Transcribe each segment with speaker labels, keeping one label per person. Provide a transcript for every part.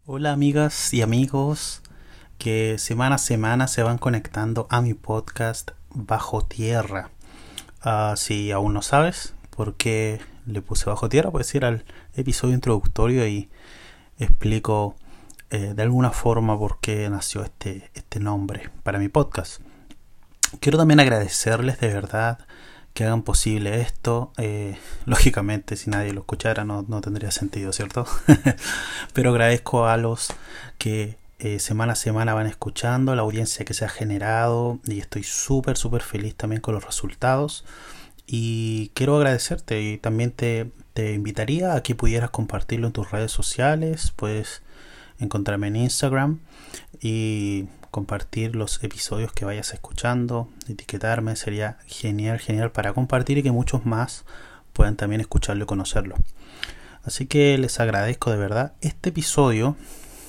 Speaker 1: Hola amigas y amigos que semana a semana se van conectando a mi podcast Bajo Tierra. Si aún no sabes por qué le puse Bajo Tierra, puedes ir al episodio introductorio y explico de alguna forma por qué nació este nombre para mi podcast. Quiero también agradecerles de verdad que hagan posible esto. Lógicamente, si nadie lo escuchara no tendría sentido, ¿cierto? Pero agradezco a los que semana a semana van escuchando, la audiencia que se ha generado, y estoy súper feliz también con los resultados. Y quiero agradecerte, y también te invitaría a que pudieras compartirlo en tus redes sociales. Puedes encontrarme en Instagram y compartir los episodios que vayas escuchando, etiquetarme, sería genial para compartir y que muchos más puedan también escucharlo y conocerlo. Así que les agradezco de verdad. Este episodio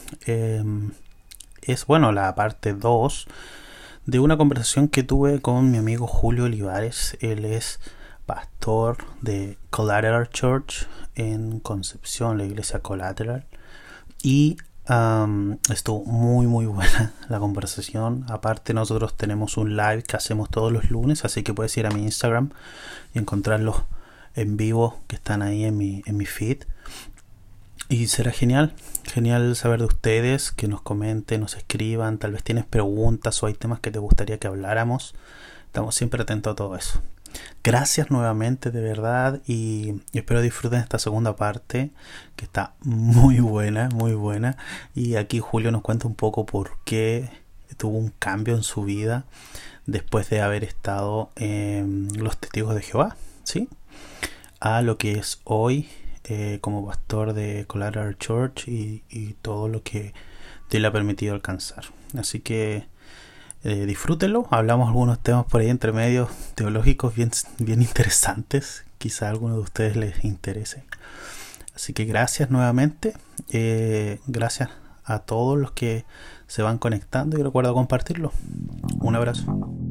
Speaker 1: es, bueno, la parte 2 de una conversación que tuve con mi amigo Julio Olivares. Él es pastor de Collateral Church en Concepción, la iglesia Collateral, y estuvo muy buena la conversación. Aparte, nosotros tenemos un live que hacemos todos los lunes, así que puedes ir a mi Instagram y encontrarlos en vivo que están ahí en mi feed. Y será genial saber de ustedes, que nos comenten, nos escriban. Tal vez tienes preguntas o hay temas que te gustaría que habláramos. Estamos siempre atentos a todo eso. Gracias nuevamente, de verdad, y espero disfruten esta segunda parte que está muy buena. Y aquí Julio nos cuenta un poco por qué tuvo un cambio en su vida después de haber estado en los Testigos de Jehová, ¿sí? A lo que es hoy como pastor de Collateral Church y todo lo que Dios le ha permitido alcanzar. Así que disfrútenlo. Hablamos algunos temas por ahí entre medios teológicos bien interesantes. Quizá a alguno de ustedes les interese. Así que gracias nuevamente. Gracias a todos los que se van conectando y recuerda compartirlo. Un abrazo.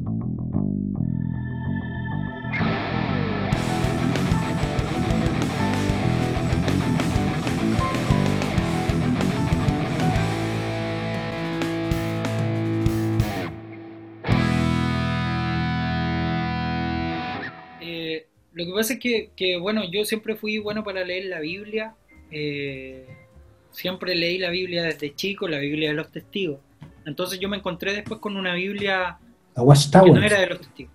Speaker 2: Lo que pasa es bueno, yo siempre fui bueno para leer la Biblia. Siempre leí la Biblia desde chico, la Biblia de los testigos. Entonces yo me encontré después con una Biblia
Speaker 3: La
Speaker 2: que no
Speaker 3: Watchtower.
Speaker 2: era de los testigos,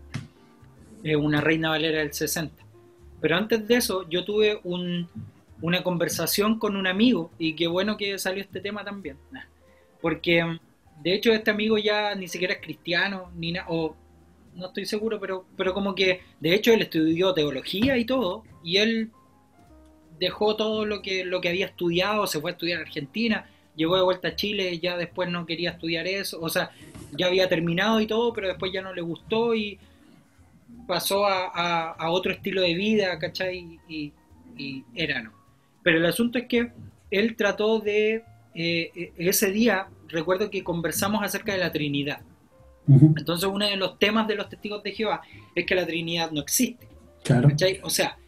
Speaker 2: una Reina Valera del 60. Pero antes de eso yo tuve una conversación con un amigo, y qué bueno que salió este tema también. Porque de hecho este amigo ya ni siquiera es cristiano, ni nada, o no estoy seguro, pero como que de hecho él estudió teología y todo, y él dejó todo lo que había estudiado, se fue a estudiar a Argentina, llegó de vuelta a Chile, ya después no quería estudiar eso, o sea, ya había terminado y todo, pero después ya no le gustó y pasó a otro estilo de vida, ¿cachai? Y era no. Pero el asunto es que él trató de, ese día, recuerdo que conversamos acerca de la Trinidad.
Speaker 3: Uh-huh.
Speaker 2: Entonces uno de los temas de los testigos de Jehová es que la Trinidad no existe,
Speaker 3: Claro.
Speaker 2: ¿cachai? O sea,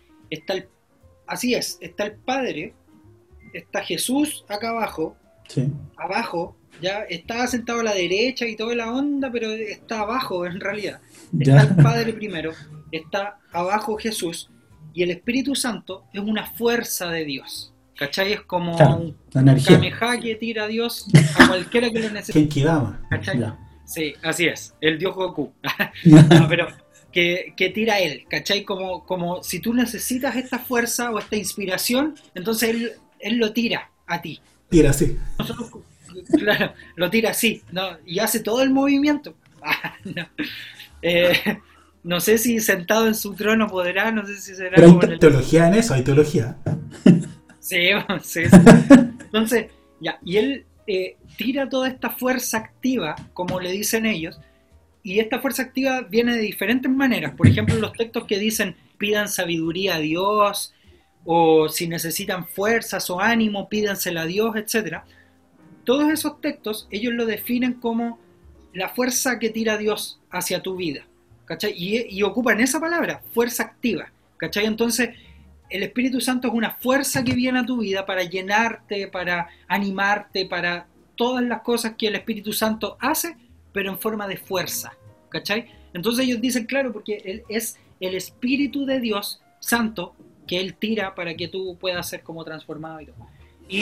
Speaker 2: así es, está el Padre, está Jesús acá abajo,
Speaker 3: Sí.
Speaker 2: ya está sentado a la derecha y toda la onda, pero está abajo en realidad. Está
Speaker 3: Ya.
Speaker 2: el Padre primero, está abajo Jesús, y el Espíritu Santo es una fuerza de Dios, ¿cachai? Es como
Speaker 3: Claro.
Speaker 2: un
Speaker 3: La energía.
Speaker 2: Kamehameha que tira a Dios a cualquiera que lo necesite,
Speaker 1: Genkidama.
Speaker 2: ¿cachai?
Speaker 3: Ya.
Speaker 2: Sí, así es, el dios Goku. No, pero que tira él, ¿cachai? Como si tú necesitas esta fuerza o esta inspiración, entonces él lo tira a ti.
Speaker 1: Tira así.
Speaker 2: Nosotros, claro, lo tira así, ¿no? Y hace todo el movimiento. No. Eh, no sé si sentado en su trono podrá, no sé si será
Speaker 1: Pero
Speaker 2: como en
Speaker 1: hay
Speaker 2: el...
Speaker 1: teología en eso, hay teología.
Speaker 2: Sí, sí. Entonces, ya, y él tira toda esta fuerza activa, como le dicen ellos, y esta fuerza activa viene de diferentes maneras. Por ejemplo, los textos que dicen pidan sabiduría a Dios, o si necesitan fuerzas o ánimo, pídansela a Dios, etcétera. Todos esos textos ellos lo definen como la fuerza que tira Dios hacia tu vida, ¿cachai? Y ocupan esa palabra, fuerza activa, ¿cachai? Entonces el Espíritu Santo es una fuerza que viene a tu vida para llenarte, para animarte, para todas las cosas que el Espíritu Santo hace, pero en forma de fuerza, ¿cachai? Entonces ellos dicen, claro, porque Él es el Espíritu de Dios Santo que Él tira para que tú puedas ser como transformado y todo. Y,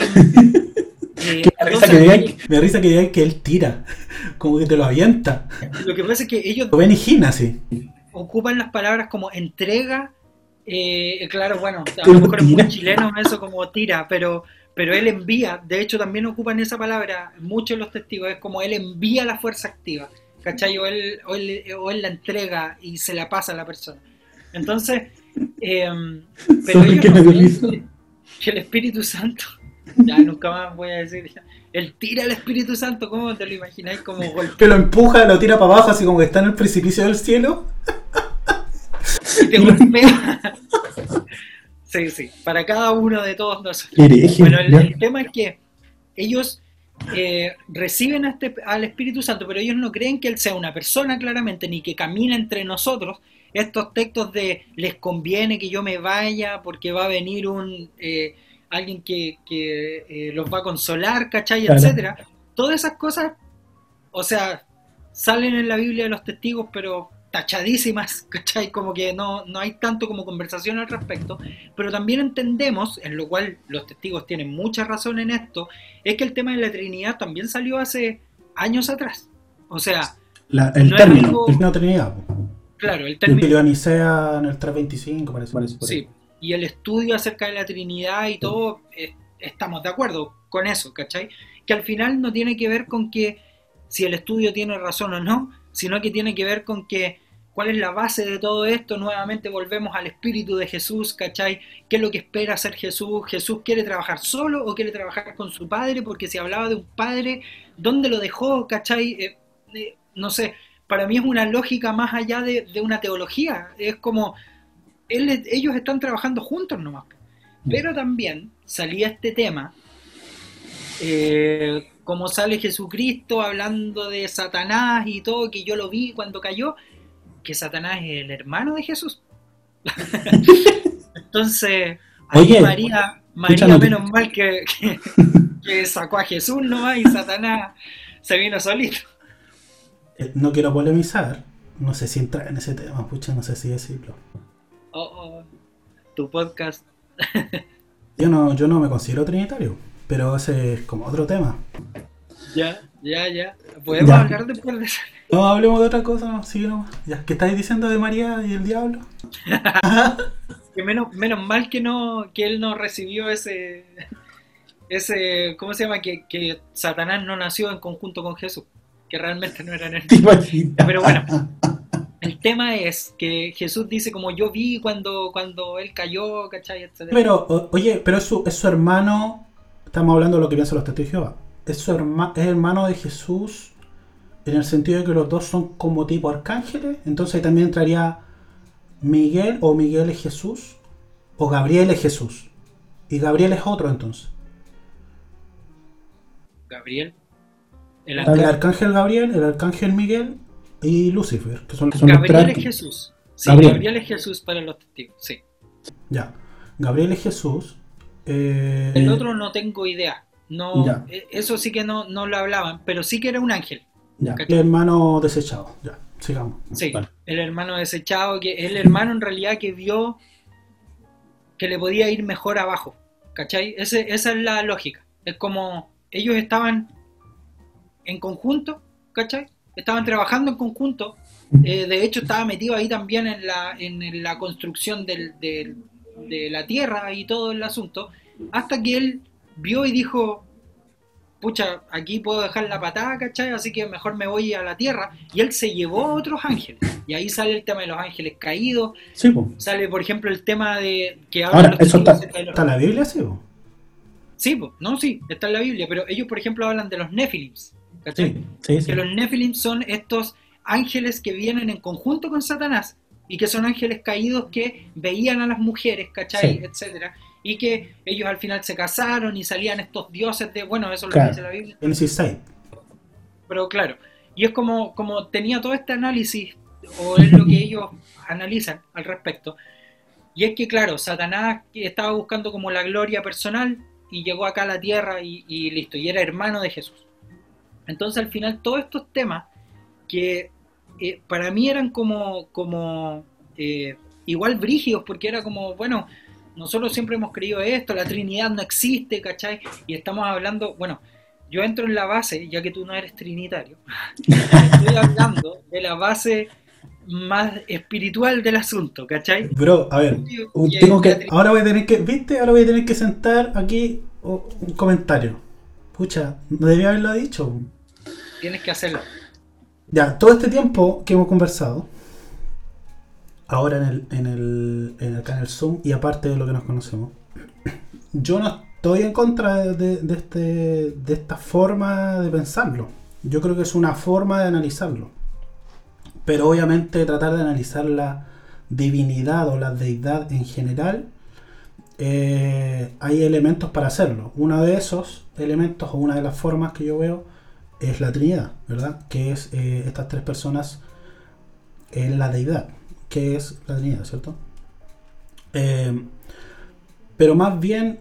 Speaker 1: me da risa que digan que Él tira, como que te lo avienta.
Speaker 2: Lo que pasa es que ellos
Speaker 1: lo ven y gina, sí.
Speaker 2: Ocupan las palabras como entrega, claro, bueno, a lo mejor es muy chileno eso como tira, pero Él envía, de hecho también ocupan esa palabra muchos de los testigos, es como Él envía la fuerza activa, ¿cachai? O él la entrega y se la pasa a la persona. Entonces, pero ellos no creen que el Espíritu Santo, ya nunca más voy a decir, Él tira al Espíritu Santo, ¿cómo te lo imagináis? Como golpe.
Speaker 1: Que lo empuja, lo tira para abajo, así como que está en el precipicio del cielo.
Speaker 2: Y te golpea. Sí, para cada uno de todos nosotros. Bueno, el tema es que ellos reciben al Espíritu Santo, pero ellos no creen que Él sea una persona claramente, ni que camine entre nosotros. Estos textos de les conviene que yo me vaya porque va a venir alguien que los va a consolar, ¿cachai? Claro. Etcétera. Todas esas cosas, o sea, salen en la Biblia de los testigos, pero tachadísimas, ¿cachai? Como que no hay tanto como conversación al respecto, pero también entendemos, en lo cual los testigos tienen mucha razón en esto, es que el tema de la Trinidad también salió hace años atrás. O sea,
Speaker 1: el término de Trinidad.
Speaker 2: Claro, el término.
Speaker 1: El Nicea en el 325, parece.
Speaker 2: Sí, y el estudio acerca de la Trinidad y todo, estamos de acuerdo con eso, ¿cachai? Que al final no tiene que ver con que si el estudio tiene razón o no, sino que tiene que ver con que cuál es la base de todo esto. Nuevamente volvemos al espíritu de Jesús, ¿cachai? ¿Qué es lo que espera hacer Jesús? ¿Jesús quiere trabajar solo o quiere trabajar con su padre? Porque si hablaba de un padre, ¿dónde lo dejó, cachai? No sé, para mí es una lógica más allá de una teología. Es como, ellos están trabajando juntos nomás. Pero también salía este tema, como sale Jesucristo hablando de Satanás y todo, que yo lo vi cuando cayó, que Satanás es el hermano de Jesús. Entonces, ahí María menos mal que sacó a Jesús nomás y Satanás se vino solito.
Speaker 1: No quiero polemizar, no sé si entrar en ese tema, pucha, no sé si decirlo.
Speaker 2: Tu podcast.
Speaker 1: Yo no me considero trinitario, pero ese es como otro tema.
Speaker 2: Ya. ¿Podemos hablar después de eso?
Speaker 1: No, hablemos de otra cosa, no, sigue nomás. Ya, ¿qué estáis diciendo de María y el diablo?
Speaker 2: Que menos mal que él no recibió ese ¿cómo se llama? Que Satanás no nació en conjunto con Jesús, que realmente no era en él. Pero bueno, el tema es que Jesús dice como yo vi cuando él cayó, ¿cachai? Etcétera.
Speaker 1: Pero, oye, pero es su hermano, estamos hablando de lo que piensan los testigos de Jehová, es hermano de Jesús en el sentido de que los dos son como tipo arcángeles, entonces ahí también entraría Miguel, o Miguel es Jesús, o Gabriel es Jesús, y Gabriel es otro entonces.
Speaker 2: Gabriel,
Speaker 1: el arcángel Gabriel, el arcángel Miguel y Lucifer, que son
Speaker 2: Gabriel es Jesús. Sí, Gabriel es Jesús para los testigos, sí.
Speaker 1: Ya, Gabriel es Jesús.
Speaker 2: El otro no tengo idea. No, eso sí que no lo hablaban, pero sí que era un ángel.
Speaker 1: Ya. El hermano desechado, ya, sigamos.
Speaker 2: Sí, vale. El hermano desechado, que el hermano en realidad que vio que le podía ir mejor abajo, ¿cachai? Esa es la lógica. Es como ellos estaban en conjunto, ¿cachai? Estaban trabajando en conjunto. De hecho estaba metido ahí también en la construcción de la tierra y todo el asunto, hasta que él vio y dijo, pucha, aquí puedo dejar la patada, ¿cachai? Así que mejor me voy a la tierra. Y él se llevó a otros ángeles. Y ahí sale el tema de los ángeles caídos.
Speaker 1: Sí, po.
Speaker 2: Sale, por ejemplo, el tema de que habla.
Speaker 1: Ahora, ¿eso está en la Biblia, sí? Po?
Speaker 2: Sí, po. No, sí, está en la Biblia. Pero ellos, por ejemplo, hablan de los Nephilims, ¿cachai? Sí. Que los Nephilims son estos ángeles que vienen en conjunto con Satanás y que son ángeles caídos que veían a las mujeres, ¿cachai? Sí. Etcétera. Y que ellos al final se casaron y salían estos dioses de... Bueno, eso es lo que dice la Biblia. Pero claro, y es como tenía todo este análisis, o es lo que ellos analizan al respecto. Y es que, claro, Satanás estaba buscando como la gloria personal y llegó acá a la tierra y listo, y era hermano de Jesús. Entonces, al final, todos estos temas que para mí eran igual brígidos, porque era como, bueno, nosotros siempre hemos creído esto, la Trinidad no existe, ¿cachai? Y estamos hablando, bueno, yo entro en la base, ya que tú no eres trinitario, estoy hablando de la base más espiritual del asunto, ¿cachai?
Speaker 1: Bro, a ver, tengo que, ahora voy a tener que, ¿viste? Ahora voy a tener que sentar aquí un comentario. Pucha, no debía haberlo dicho.
Speaker 2: Tienes que hacerlo.
Speaker 1: Ya, todo este tiempo que hemos conversado, ahora acá en el Zoom y aparte de lo que nos conocemos, yo no estoy en contra de esta forma de pensarlo. Yo creo que es una forma de analizarlo. Pero obviamente tratar de analizar la divinidad o la deidad en general, hay elementos para hacerlo. Uno de esos elementos o una de las formas que yo veo es la Trinidad, ¿verdad? Que es estas tres personas en la deidad, que es la Trinidad, ¿cierto? Pero más bien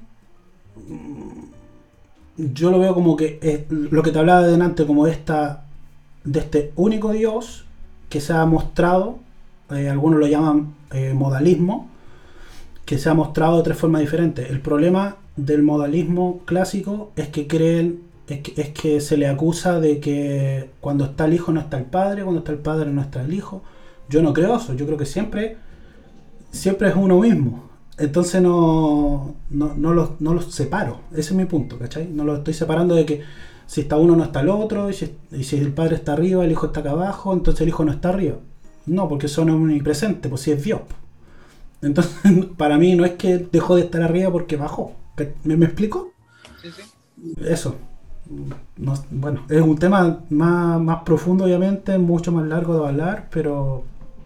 Speaker 1: yo lo veo como que lo que te hablaba de delante, como de este único Dios que se ha mostrado, algunos lo llaman modalismo, que se ha mostrado de tres formas diferentes. El problema del modalismo clásico es que es que se le acusa de que cuando está el hijo no está el padre, cuando está el padre no está el hijo. Yo no creo eso, yo creo que siempre es uno mismo. Entonces no los separo. Ese es mi punto, ¿cachai? No los estoy separando de que si está uno no está el otro, y si el padre está arriba, el hijo está acá abajo, entonces el hijo no está arriba. No, porque son omnipresentes, pues si es Dios. Entonces, para mí no es que dejó de estar arriba porque bajó. ¿Me explico?
Speaker 2: Sí, sí.
Speaker 1: Eso. No, bueno, es un tema más profundo, obviamente, mucho más largo de hablar, pero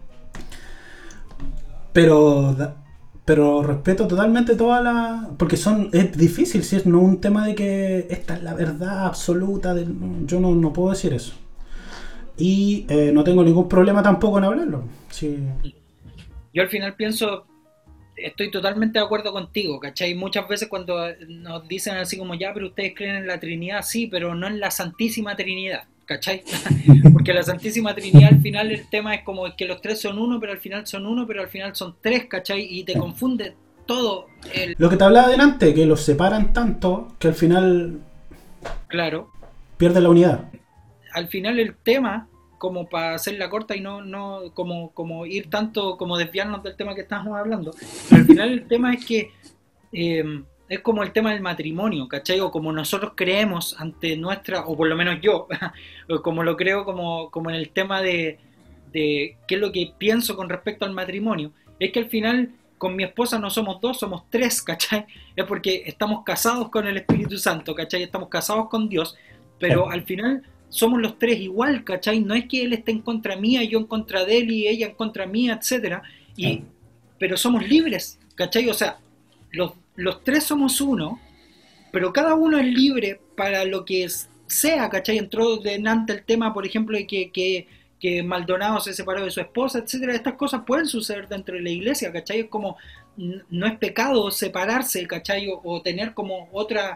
Speaker 1: respeto totalmente toda la... Porque es difícil, si es no un tema de que esta es la verdad absoluta, yo no puedo decir eso. Y no tengo ningún problema tampoco en hablarlo. Sí.
Speaker 2: Yo al final pienso, estoy totalmente de acuerdo contigo, ¿cachai? Muchas veces cuando nos dicen así como, ya, pero ustedes creen en la Trinidad, sí, pero no en la Santísima Trinidad, ¿cachai? Porque la Santísima Trinidad al final el tema es como que los tres son uno, pero al final son uno, pero al final son tres, ¿cachai? Y te confunde todo
Speaker 1: lo que te hablaba delante, que los separan tanto que al final...
Speaker 2: Claro.
Speaker 1: Pierde la unidad.
Speaker 2: Al final el tema, como para hacerla corta y no como ir tanto, como desviarnos del tema que estábamos hablando, pero al final el tema es que es como el tema del matrimonio, ¿cachai? O como nosotros creemos ante nuestra, o por lo menos yo, como lo creo como en el tema de qué es lo que pienso con respecto al matrimonio, es que al final con mi esposa no somos dos, somos tres, ¿cachai? Es porque estamos casados con el Espíritu Santo, ¿cachai? Estamos casados con Dios, pero al final somos los tres igual, ¿cachai? No es que él esté en contra mía, yo en contra de él y ella en contra mía, etcétera. Pero somos libres, ¿cachai? O sea, los tres somos uno, pero cada uno es libre para lo que sea, ¿cachai? Entró delante el tema, por ejemplo, de que Maldonado se separó de su esposa, etcétera. Estas cosas pueden suceder dentro de la iglesia, ¿cachai? Es como, no es pecado separarse, ¿cachai? O tener como otra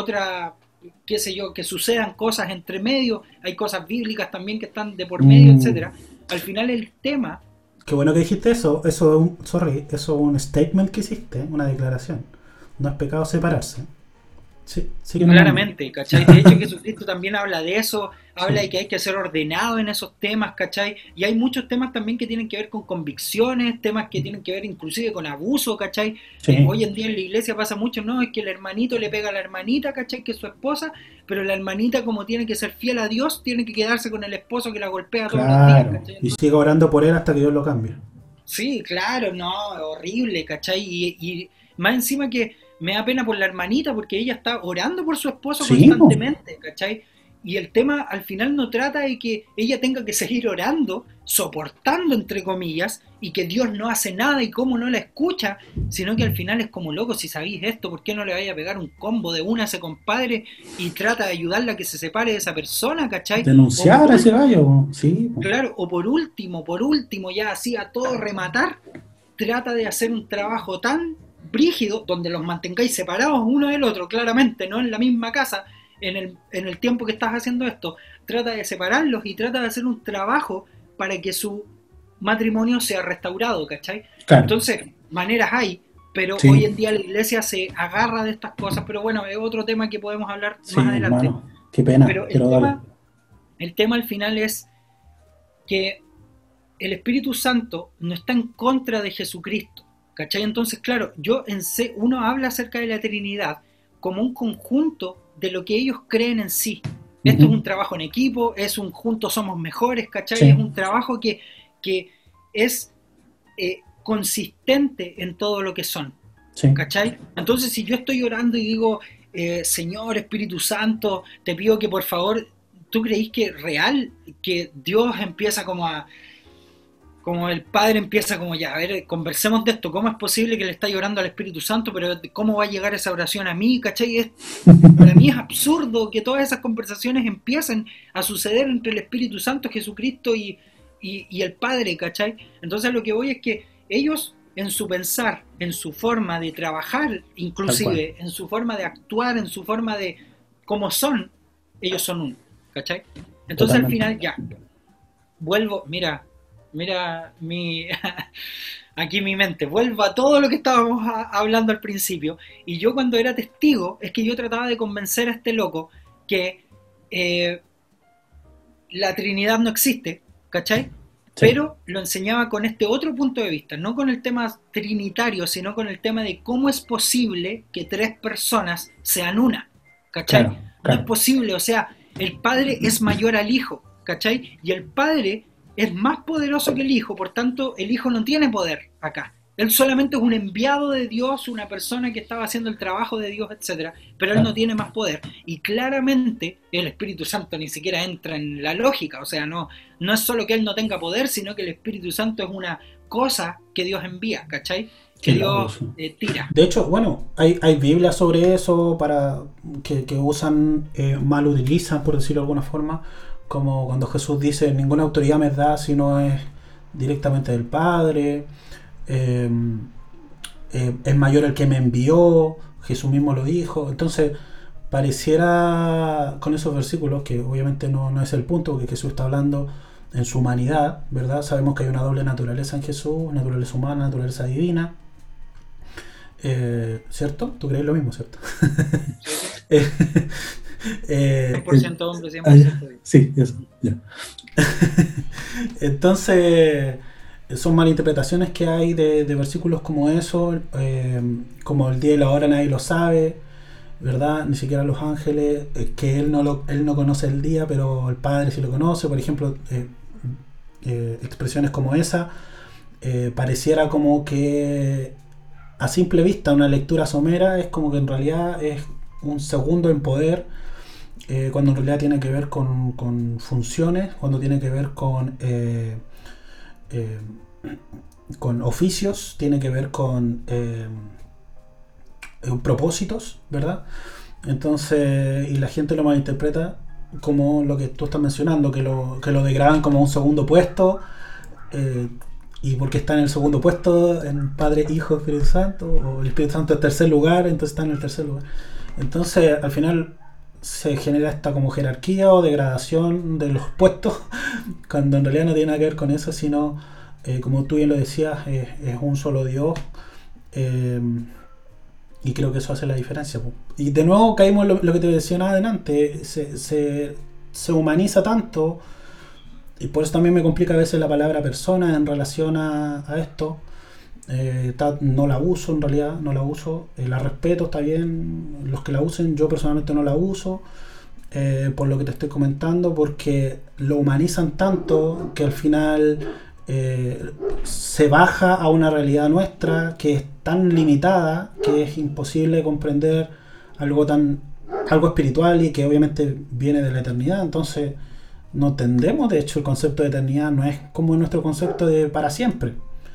Speaker 2: qué sé yo, que sucedan cosas entre medio, hay cosas bíblicas también que están de por medio, etcétera. Al final el tema...
Speaker 1: Qué bueno que dijiste eso es un statement que hiciste, una declaración. No es pecado separarse. Sí,
Speaker 2: claramente, ¿cachai? De hecho Jesucristo también habla de eso, habla de que hay que ser ordenado en esos temas, ¿cachai? Y hay muchos temas también que tienen que ver con convicciones, temas que tienen que ver inclusive con abuso, ¿cachai? Hoy en día en la iglesia pasa mucho, ¿no? Es que el hermanito le pega a la hermanita, ¿cachai? Que es su esposa, pero la hermanita, como tiene que ser fiel a Dios, tiene que quedarse con el esposo que la golpea todos los días, ¿cachai?
Speaker 1: Y sigue orando por él hasta que Dios lo cambie.
Speaker 2: Sí, claro, no, horrible, ¿cachai? Y más encima que me da pena por la hermanita porque ella está orando por su esposo constantemente, ¿cachai? Y el tema al final no trata de que ella tenga que seguir orando, soportando entre comillas, y que Dios no hace nada y cómo no la escucha, sino que al final es como, loco, si sabéis esto, ¿por qué no le vaya a pegar un combo de una a ese compadre y trata de ayudarla a que se separe de esa persona, ¿cachai?
Speaker 1: Denunciar a ese gallo, sí.
Speaker 2: Claro, o por último, ya así a todo rematar, trata de hacer un trabajo tan brígido, donde los mantengáis separados uno del otro, claramente, no en la misma casa, en el tiempo que estás haciendo esto, trata de separarlos y trata de hacer un trabajo para que su matrimonio sea restaurado, ¿cachai?
Speaker 3: Claro.
Speaker 2: Entonces, maneras hay, pero
Speaker 3: Sí.
Speaker 2: hoy en día la iglesia se agarra de estas cosas, pero bueno, es otro tema que podemos hablar
Speaker 3: Sí,
Speaker 2: más adelante.
Speaker 3: hermano, qué pena,
Speaker 2: Pero
Speaker 3: pero dale.
Speaker 2: el tema al final es que el Espíritu Santo no está en contra de Jesucristo, ¿cachai? Entonces, claro, uno habla acerca de la Trinidad como un conjunto de lo que ellos creen en sí. Esto es un trabajo en equipo, es un juntos somos mejores, ¿cachai?
Speaker 3: Sí.
Speaker 2: Es un trabajo que es consistente en todo lo que son,
Speaker 3: Sí.
Speaker 2: ¿cachai? Entonces, si yo estoy orando y digo, Señor Espíritu Santo, te pido que por favor, ¿tú creís que es real que Dios empieza como el Padre empieza como ya, a ver, conversemos de esto, ¿cómo es posible que le estáis orando al Espíritu Santo, pero cómo va a llegar esa oración a mí, ¿cachai? Para mí es absurdo que todas esas conversaciones empiecen a suceder entre el Espíritu Santo, Jesucristo y el Padre, ¿cachai? Entonces lo que voy es que ellos en su pensar, en su forma de trabajar, inclusive en su forma de actuar, en su forma de cómo son, ellos son uno, ¿cachai? Entonces
Speaker 3: Totalmente.
Speaker 2: al final ya, vuelvo, mira aquí mi mente, vuelvo a todo lo que estábamos hablando al principio, y yo cuando era testigo, es que yo trataba de convencer a este loco que la Trinidad no existe, ¿cachai? Sí. Pero lo enseñaba con este otro punto de vista, no con el tema trinitario, sino con el tema de cómo es posible que tres personas sean una, ¿cachai?
Speaker 3: Claro.
Speaker 2: No es posible, o sea, el Padre es mayor al Hijo, ¿cachai? Y el Padre es más poderoso que el Hijo, por tanto, el Hijo no tiene poder acá. Él solamente es un enviado de Dios, una persona que estaba haciendo el trabajo de Dios, etc. Pero él no tiene más poder. Y claramente el Espíritu Santo ni siquiera entra en la lógica. O sea, no es solo que él no tenga poder, sino que el Espíritu Santo es una cosa que Dios envía, ¿cachai? Que Dios tira.
Speaker 3: De hecho, bueno, hay Biblias sobre eso para que usan, mal utilizan, por decirlo de alguna forma, como cuando Jesús dice, ninguna autoridad me da si no es directamente del Padre. Es mayor el que me envió, Jesús mismo lo dijo. Entonces pareciera con esos versículos, que obviamente no es el punto, porque Jesús está hablando en su humanidad, ¿verdad? Sabemos que hay una doble naturaleza en Jesús, naturaleza humana, naturaleza divina, ¿cierto? ¿Tú crees lo mismo, cierto?
Speaker 2: 100% hombre, 100% Dios.
Speaker 3: Sí, eso, ya. Entonces son malinterpretaciones que hay de versículos como eso, como el día y la hora nadie lo sabe, ¿verdad? Ni siquiera los ángeles, que él no conoce el día, pero el Padre sí lo conoce. Por ejemplo, expresiones como esa, pareciera como que a simple vista una lectura somera es como que en realidad es un segundo en poder, cuando en realidad tiene que ver con funciones, cuando tiene que ver con oficios, tiene que ver con propósitos, ¿verdad? Entonces, y la gente lo malinterpreta como lo que tú estás mencionando, que lo degradan como un segundo puesto, y porque está en el segundo puesto en Padre, Hijo, Espíritu Santo, o el Espíritu Santo en tercer lugar, entonces está en el tercer lugar. Entonces, al final se genera esta como jerarquía o degradación de los puestos, cuando en realidad no tiene nada que ver con eso, sino, como tú bien lo decías, es un solo Dios, y creo que eso hace la diferencia. Y de nuevo caímos en lo que te decía adelante, se humaniza tanto, y por eso también me complica a veces la palabra persona en relación a esto. No la uso, en realidad no la uso, la respeto, está bien los que la usen, yo personalmente no la uso, por lo que te estoy comentando, porque lo humanizan tanto que al final se baja a una realidad nuestra que es tan limitada que es imposible comprender algo espiritual y que obviamente viene de la eternidad. Entonces no entendemos, de hecho el concepto de eternidad no es como nuestro concepto de para siempre.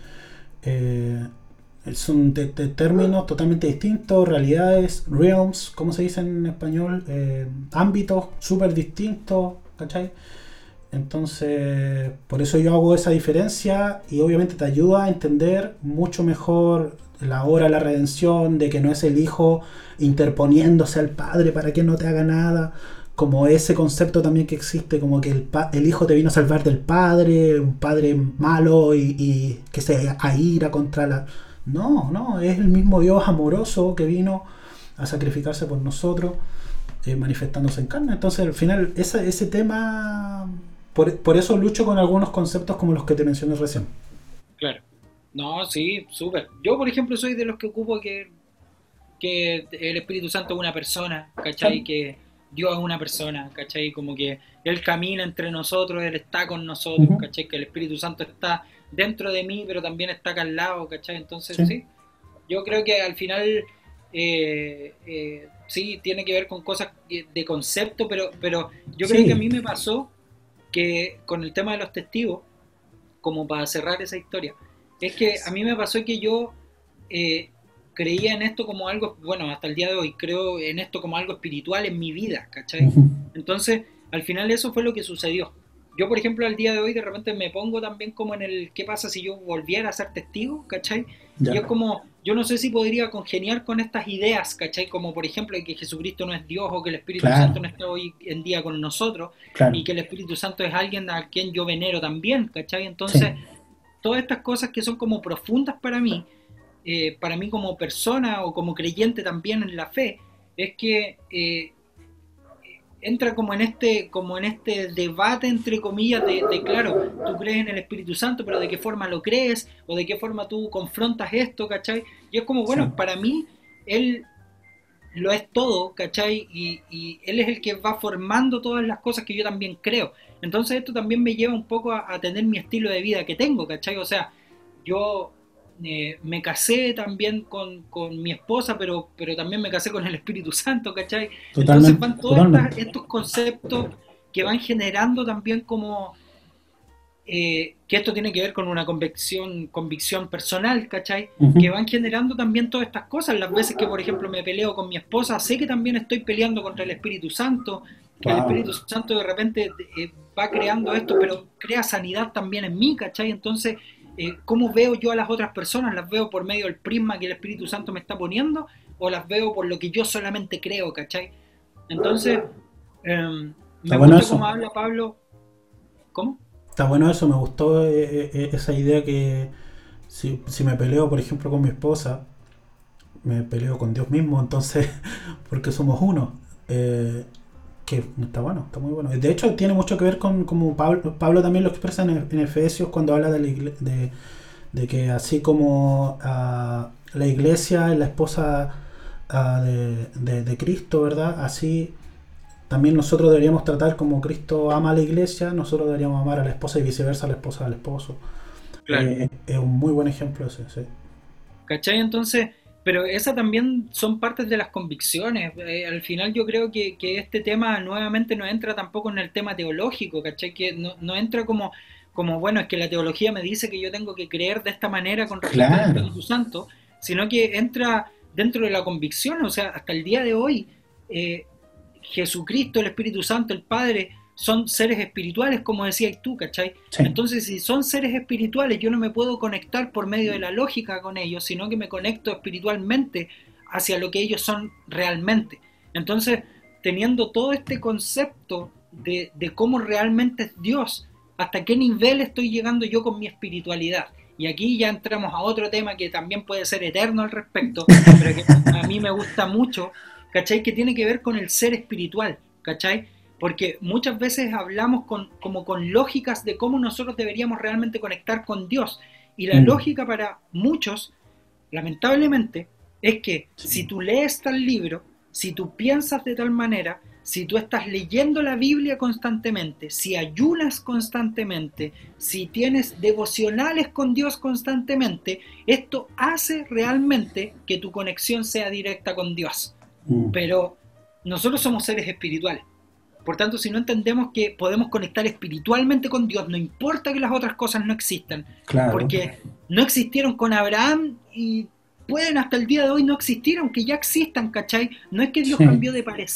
Speaker 3: Son de términos totalmente distintos, realidades, realms, como se dice en español, ámbitos súper distintos, ¿cachai? Entonces, por eso yo hago esa diferencia y obviamente te ayuda a entender mucho mejor la hora de la redención, de que no es el hijo interponiéndose al padre para que no te haga nada, como ese concepto también que existe, como que el hijo te vino a salvar del padre, un padre malo y que se aira contra la... No, no, es el mismo Dios amoroso que vino a sacrificarse por nosotros, manifestándose en carne. Entonces al final ese tema, por eso lucho con algunos conceptos como los que te mencioné recién.
Speaker 2: Claro. No, sí, súper. Yo, por ejemplo, soy de los que ocupo que el Espíritu Santo es una persona, ¿cachai? Que Dios es una persona, ¿cachai? Como que Él camina entre nosotros, Él está con nosotros, ¿cachai? Que el Espíritu Santo está dentro de mí, pero también está acá al lado, ¿cachai? Entonces, sí, yo creo que al final sí, tiene que ver con cosas de concepto, pero yo creo que a mí me pasó que con el tema de los testigos, como para cerrar esa historia, es que a mí me pasó que yo creía en esto como algo, bueno, hasta el día de hoy creo en esto como algo espiritual en mi vida, ¿cachai? Entonces, al final eso fue lo que sucedió. Yo, por ejemplo, al día de hoy de repente me pongo también como en el ¿qué pasa si yo volviera a ser testigo? ¿Cachai? Ya. Y es como, yo no sé si podría congeniar con estas ideas, ¿cachai? Como por ejemplo que Jesucristo no es Dios o que el Espíritu Santo no está hoy en día con nosotros y que el Espíritu Santo es alguien a quien yo venero también, ¿cachai? Entonces, todas estas cosas que son como profundas para mí como persona o como creyente también en la fe, es que entra como en este debate entre comillas de claro, tú crees en el Espíritu Santo, pero de qué forma lo crees o de qué forma tú confrontas esto, ¿cachai? Y es como, bueno, para mí Él lo es todo, ¿cachai? Y Él es el que va formando todas las cosas que yo también creo. Entonces esto también me lleva un poco a tener mi estilo de vida que tengo, ¿cachai? O sea, yo me casé también con mi esposa, pero también me casé con el Espíritu Santo, ¿cachai?
Speaker 3: Totalmente,
Speaker 2: entonces van todos estos conceptos que van generando también como que esto tiene que ver con una convicción personal, ¿cachai? Que van generando también todas estas cosas. Las veces que, por ejemplo, me peleo con mi esposa, sé que también estoy peleando contra el Espíritu Santo, que el Espíritu Santo de repente va creando esto, pero crea sanidad también en mí, ¿cachai? Entonces, ¿cómo veo yo a las otras personas? ¿Las veo por medio del prisma que el Espíritu Santo me está poniendo? ¿O las veo por lo que yo solamente creo, ¿cachai? Entonces, me gusta cómo habla Pablo. ¿Cómo?
Speaker 3: Está bueno eso, me gustó esa idea que si me peleo, por ejemplo, con mi esposa, me peleo con Dios mismo, entonces, porque somos uno. Que está bueno, está muy bueno. De hecho, tiene mucho que ver con como Pablo también lo expresa en Efesios cuando habla de que así como la iglesia es la esposa de Cristo, ¿verdad? Así también nosotros deberíamos tratar como Cristo ama a la iglesia, nosotros deberíamos amar a la esposa y viceversa, a la esposa al esposo. Claro. Es un muy buen ejemplo ese, sí.
Speaker 2: ¿Cachai? Entonces, pero esas también son partes de las convicciones. Al final yo creo que este tema nuevamente no entra tampoco en el tema teológico, ¿cachai? Que no entra como, bueno, es que la teología me dice que yo tengo que creer de esta manera con respecto al Espíritu Santo, sino que entra dentro de la convicción. O sea, hasta el día de hoy, Jesucristo, el Espíritu Santo, el Padre, son seres espirituales, como decías tú, ¿cachai? Sí. Entonces, si son seres espirituales, yo no me puedo conectar por medio de la lógica con ellos, sino que me conecto espiritualmente hacia lo que ellos son realmente. Entonces, teniendo todo este concepto de cómo realmente es Dios, hasta qué nivel estoy llegando yo con mi espiritualidad. Y aquí ya entramos a otro tema que también puede ser eterno al respecto, pero que a mí me gusta mucho, ¿cachai? Que tiene que ver con el ser espiritual, ¿cachai? Porque muchas veces hablamos como con lógicas de cómo nosotros deberíamos realmente conectar con Dios. Y la lógica para muchos, lamentablemente, es que si tú lees tal libro, si tú piensas de tal manera, si tú estás leyendo la Biblia constantemente, si ayunas constantemente, si tienes devocionales con Dios constantemente, esto hace realmente que tu conexión sea directa con Dios. Pero nosotros somos seres espirituales. Por tanto, si no entendemos que podemos conectar espiritualmente con Dios, no importa que las otras cosas no existan, porque no existieron con Abraham y pueden hasta el día de hoy no existir, aunque ya existan, ¿cachai? No es que Dios cambió de parecer,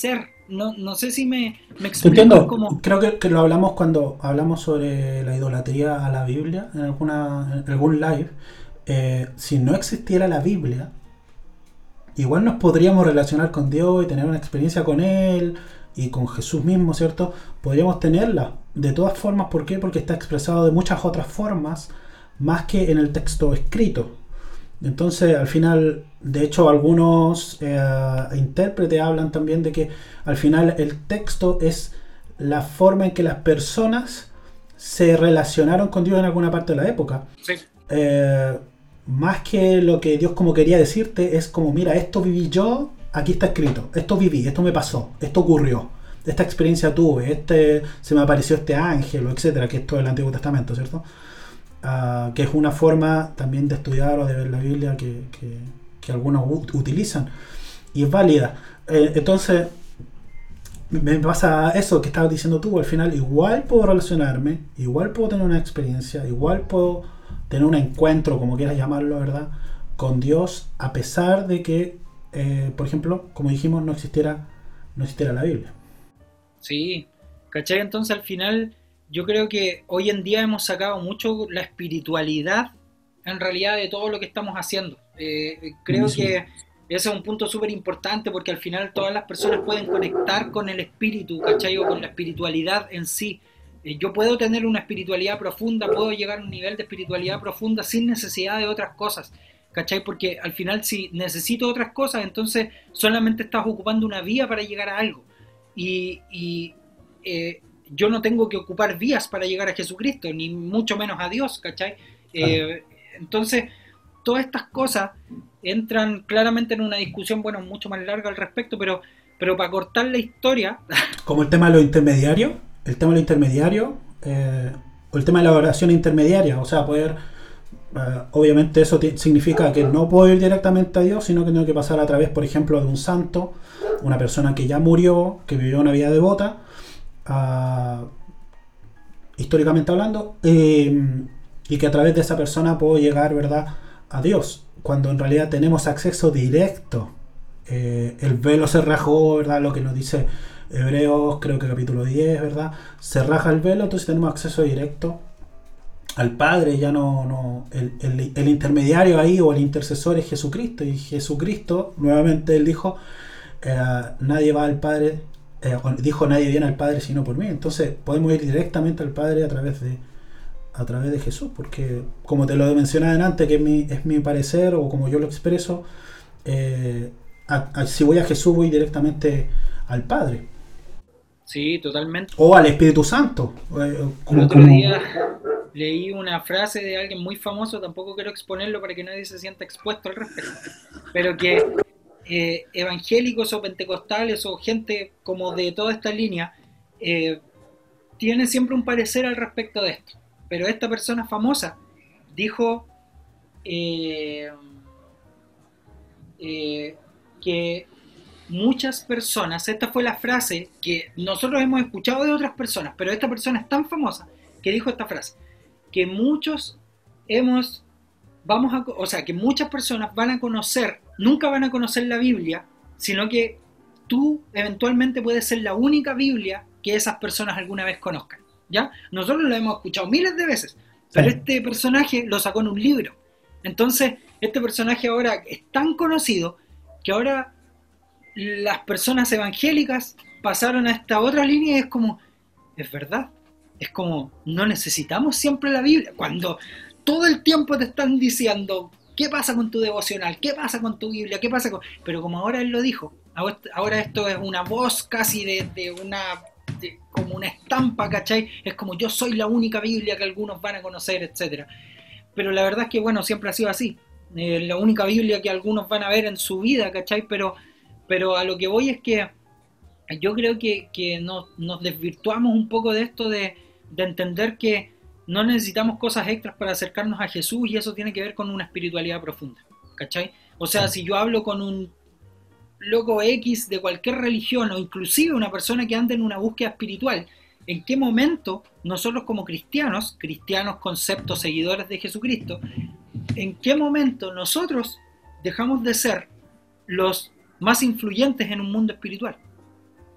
Speaker 2: no sé si me
Speaker 3: Te
Speaker 2: explico.
Speaker 3: entiendo,
Speaker 2: Como,
Speaker 3: creo que lo hablamos cuando hablamos sobre la idolatría a la Biblia en algún live. Si no existiera la Biblia, igual nos podríamos relacionar con Dios y tener una experiencia con Él y con Jesús mismo, ¿cierto? Podríamos tenerla. De todas formas, ¿por qué? Porque está expresado de muchas otras formas, más que en el texto escrito. Entonces, al final, de hecho, algunos intérpretes hablan también de que al final el texto es la forma en que las personas se relacionaron con Dios en alguna parte de la época.
Speaker 2: sí,
Speaker 3: Eh, Más que lo que Dios como quería decirte, es como, mira, esto viví yo, aquí está escrito, esto viví, esto me pasó, esto ocurrió, esta experiencia tuve, se me apareció este ángel, o etcétera, que esto es el Antiguo Testamento, ¿cierto? Que es una forma también de estudiar o de ver la Biblia que algunos utilizan y es válida. Entonces me pasa eso que estabas diciendo tú, al final igual puedo relacionarme, igual puedo tener una experiencia, igual puedo tener un encuentro, como quieras llamarlo, ¿verdad?, con Dios, a pesar de que, por ejemplo, como dijimos, no existiera la Biblia.
Speaker 2: sí, ¿cachai? Entonces al final yo creo que hoy en día hemos sacado mucho la espiritualidad en realidad de todo lo que estamos haciendo. Creo
Speaker 3: Buenísimo.
Speaker 2: que ese es un punto súper importante porque al final todas las personas pueden conectar con el espíritu, ¿cachai? O con la espiritualidad en sí. Yo puedo tener una espiritualidad profunda, puedo llegar a un nivel de espiritualidad profunda sin necesidad de otras cosas, ¿cachai? Porque al final si necesito otras cosas, entonces solamente estás ocupando una vía para llegar a algo. Y yo no tengo que ocupar vías para llegar a Jesucristo, ni mucho menos a Dios, ¿cachai?
Speaker 3: Claro.
Speaker 2: Entonces, todas estas cosas entran claramente en una discusión, bueno, mucho más larga al respecto, pero para cortar la historia,
Speaker 3: Como el tema de los intermediarios, o el tema de la oración intermediaria, o sea, poder, obviamente eso significa que no puedo ir directamente a Dios, sino que tengo que pasar a través, por ejemplo, de un santo, una persona que ya murió, que vivió una vida devota, uh, históricamente hablando, y que a través de esa persona puedo llegar, ¿verdad?, a Dios, cuando en realidad tenemos acceso directo. El velo se rajó, ¿verdad? Lo que nos dice Hebreos, creo que capítulo 10, ¿verdad? Se raja el velo, entonces tenemos acceso directo al Padre. Ya no el intermediario ahí o el intercesor es Jesucristo, y Jesucristo, nuevamente él dijo, nadie va al Padre, dijo, nadie viene al Padre sino por mí. Entonces podemos ir directamente al Padre a través de Jesús, porque como te lo mencionaba antes, que es mi parecer, o como yo lo expreso, si voy a Jesús voy directamente al Padre
Speaker 2: sí, totalmente.
Speaker 3: o al Espíritu Santo,
Speaker 2: El otro día leí una frase de alguien muy famoso, tampoco quiero exponerlo para que nadie se sienta expuesto al respecto, pero que evangélicos o pentecostales o gente como de toda esta línea tiene siempre un parecer al respecto de esto. Pero esta persona famosa dijo que muchas personas, esta fue la frase que nosotros hemos escuchado de otras personas, pero esta persona es tan famosa que dijo esta frase, que o sea, que muchas personas van a conocer, nunca van a conocer la Biblia, sino que tú eventualmente puedes ser la única Biblia que esas personas alguna vez conozcan, ¿ya? Nosotros lo hemos escuchado miles de veces, pero
Speaker 3: sí.
Speaker 2: este personaje lo sacó en un libro. Entonces, este personaje ahora es tan conocido que ahora las personas evangélicas pasaron a esta otra línea y es como, es verdad, es como, no necesitamos siempre la Biblia, cuando todo el tiempo te están diciendo, ¿qué pasa con tu devocional? ¿Qué pasa con tu Biblia? ¿Qué pasa con...? Pero como ahora él lo dijo, ahora esto es una voz casi como una estampa, ¿cachai? Es como, yo soy la única Biblia que algunos van a conocer, etcétera. Pero la verdad es que, bueno, siempre ha sido así. La única Biblia que algunos van a ver en su vida, ¿cachai? Pero a lo que voy es que yo creo que nos desvirtuamos un poco de esto de entender que no necesitamos cosas extras para acercarnos a Jesús, y eso tiene que ver con una espiritualidad profunda, ¿cachai? O sea, si yo hablo con un loco X de cualquier religión, o inclusive una persona que anda en una búsqueda espiritual, ¿en qué momento nosotros como cristianos, conceptos, seguidores de Jesucristo, en qué momento nosotros dejamos de ser los más influyentes en un mundo espiritual?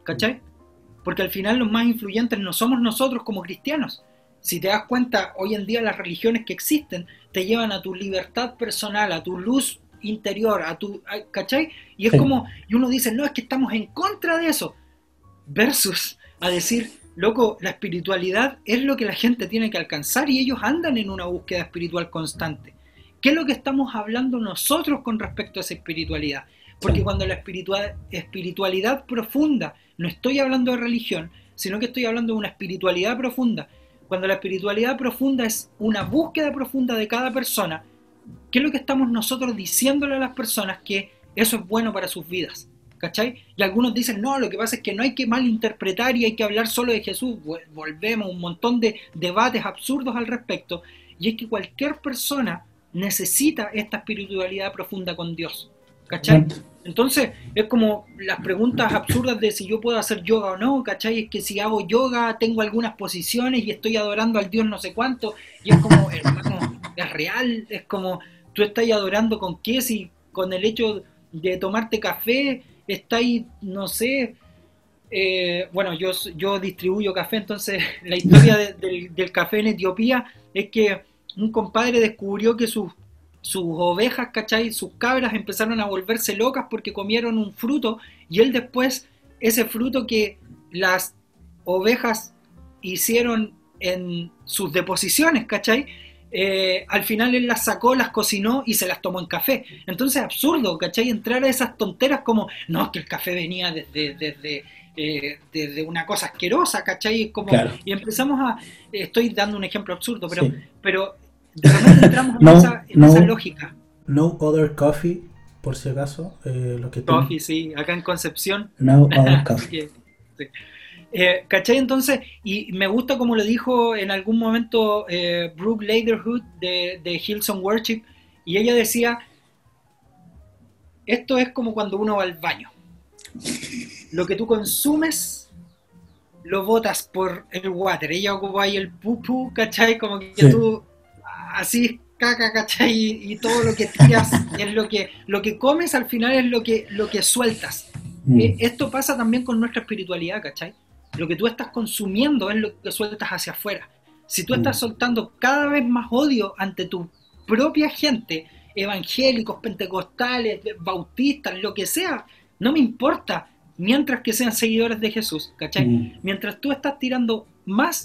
Speaker 2: ¿cachai? Porque al final los más influyentes no somos nosotros como cristianos. Si te das cuenta, hoy en día las religiones que existen te llevan a tu libertad personal, a tu luz interior, ¿cachai? Y es como, y uno dice, no, es que estamos en contra de eso, versus a decir, loco, la espiritualidad es lo que la gente tiene que alcanzar y ellos andan en una búsqueda espiritual constante. ¿Qué es lo que estamos hablando nosotros con respecto a esa espiritualidad? Porque cuando la espiritualidad profunda, no estoy hablando de religión, sino que estoy hablando de una espiritualidad profunda. Cuando la espiritualidad profunda es una búsqueda profunda de cada persona, ¿qué es lo que estamos nosotros diciéndole a las personas? Que eso es bueno para sus vidas, ¿cachai? Y algunos dicen, no, lo que pasa es que no hay que malinterpretar y hay que hablar solo de Jesús. Volvemos a un montón de debates absurdos al respecto, y es que cualquier persona necesita esta espiritualidad profunda con Dios, ¿cachai? Entonces es como las preguntas absurdas de si yo puedo hacer yoga o no, ¿cachai? Es que si hago yoga tengo algunas posiciones y estoy adorando al Dios no sé cuánto, y es como, hermano, es real, es como, tú estás adorando con qué, si con el hecho de tomarte café, estáis, no sé, bueno, yo distribuyo café, entonces la historia del café en Etiopía es que un compadre descubrió que sus ovejas, ¿cachai? Sus cabras empezaron a volverse locas porque comieron un fruto, y él después, ese fruto que las ovejas hicieron en sus deposiciones, ¿cachai? Al final él las sacó, las cocinó y se las tomó en café. Entonces es absurdo, ¿cachai? Entrar a esas tonteras como, no, es que el café venía desde una cosa asquerosa, ¿cachai? Como, claro. Y empezamos estoy dando un ejemplo absurdo, pero de repente entramos en esa lógica.
Speaker 3: No other coffee, por si acaso. Lo que
Speaker 2: coffee, sí, acá en Concepción.
Speaker 3: No other coffee.
Speaker 2: Sí. ¿Cachai? Entonces, y me gusta como lo dijo en algún momento Brooke Leatherwood de Hillsong Worship, y ella decía, esto es como cuando uno va al baño. Lo que tú consumes lo botas por el water. Ella ocupa ahí el pupú, ¿cachai? Como que tú así caca, ¿cachai? Y todo lo que tiras es lo que comes, al final es lo que sueltas. Esto pasa también con nuestra espiritualidad, ¿cachai? Lo que tú estás consumiendo es lo que sueltas hacia afuera. Si tú estás soltando cada vez más odio ante tu propia gente, evangélicos, pentecostales, bautistas, lo que sea, no me importa, mientras que sean seguidores de Jesús, ¿cachai? Mientras tú estás tirando más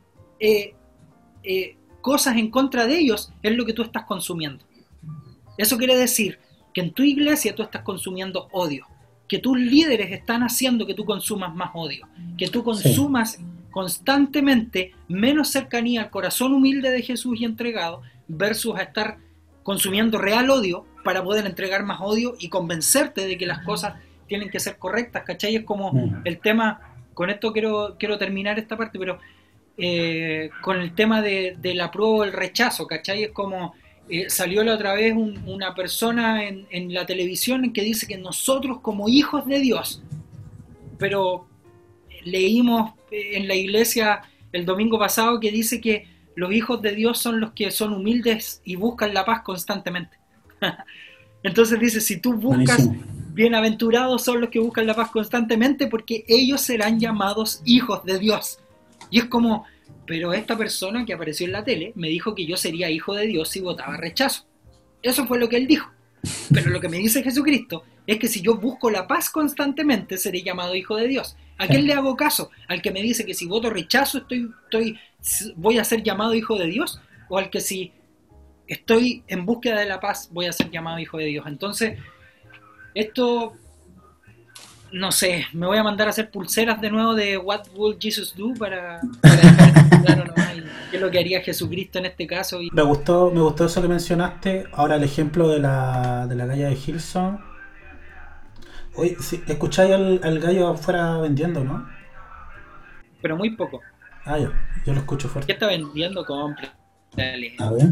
Speaker 2: cosas en contra de ellos, es lo que tú estás consumiendo. Eso quiere decir que en tu iglesia tú estás consumiendo odio, que tus líderes están haciendo que tú consumas más odio, que tú consumas constantemente menos cercanía al corazón humilde de Jesús y entregado, versus a estar consumiendo real odio para poder entregar más odio y convencerte de que las cosas tienen que ser correctas, ¿cachai? Es como el tema, con esto quiero terminar esta parte, pero con el tema del apruebo o el rechazo, ¿cachai? Es como salió la otra vez una persona en la televisión que dice que nosotros como hijos de Dios, pero leímos en la iglesia el domingo pasado que dice que los hijos de Dios son los que son humildes y buscan la paz constantemente. Entonces dice, si tú buscas, bienaventurados son los que buscan la paz constantemente, porque ellos serán llamados hijos de Dios. Y es como, pero esta persona que apareció en la tele me dijo que yo sería hijo de Dios si votaba rechazo. Eso fue lo que él dijo. Pero lo que me dice Jesucristo es que si yo busco la paz constantemente, seré llamado hijo de Dios. ¿A quién le hago caso? ¿Al que me dice que si voto rechazo voy a ser llamado hijo de Dios? ¿O al que si estoy en búsqueda de la paz voy a ser llamado hijo de Dios? Entonces, esto, no sé, me voy a mandar a hacer pulseras de nuevo de What Would Jesus Do para dejar claro nomás qué es lo que haría Jesucristo en este caso.
Speaker 3: Me gustó eso que mencionaste. Ahora el ejemplo de la galla de Hillsong. Oye, sí, escucháis al gallo afuera vendiendo, ¿no?
Speaker 2: Pero muy poco.
Speaker 3: Ah, yo lo escucho fuerte.
Speaker 2: ¿Qué está vendiendo? Compre. Dale.
Speaker 3: A ver.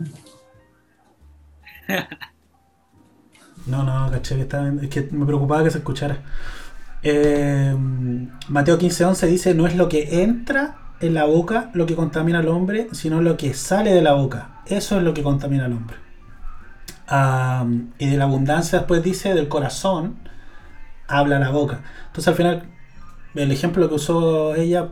Speaker 3: No, caché que estaba vendiendo. Es que me preocupaba que se escuchara. Mateo 15:11 dice, no es lo que entra en la boca lo que contamina al hombre, sino lo que sale de la boca. Eso es lo que contamina al hombre. Y de la abundancia después dice, del corazón habla la boca. Entonces al final el ejemplo que usó ella,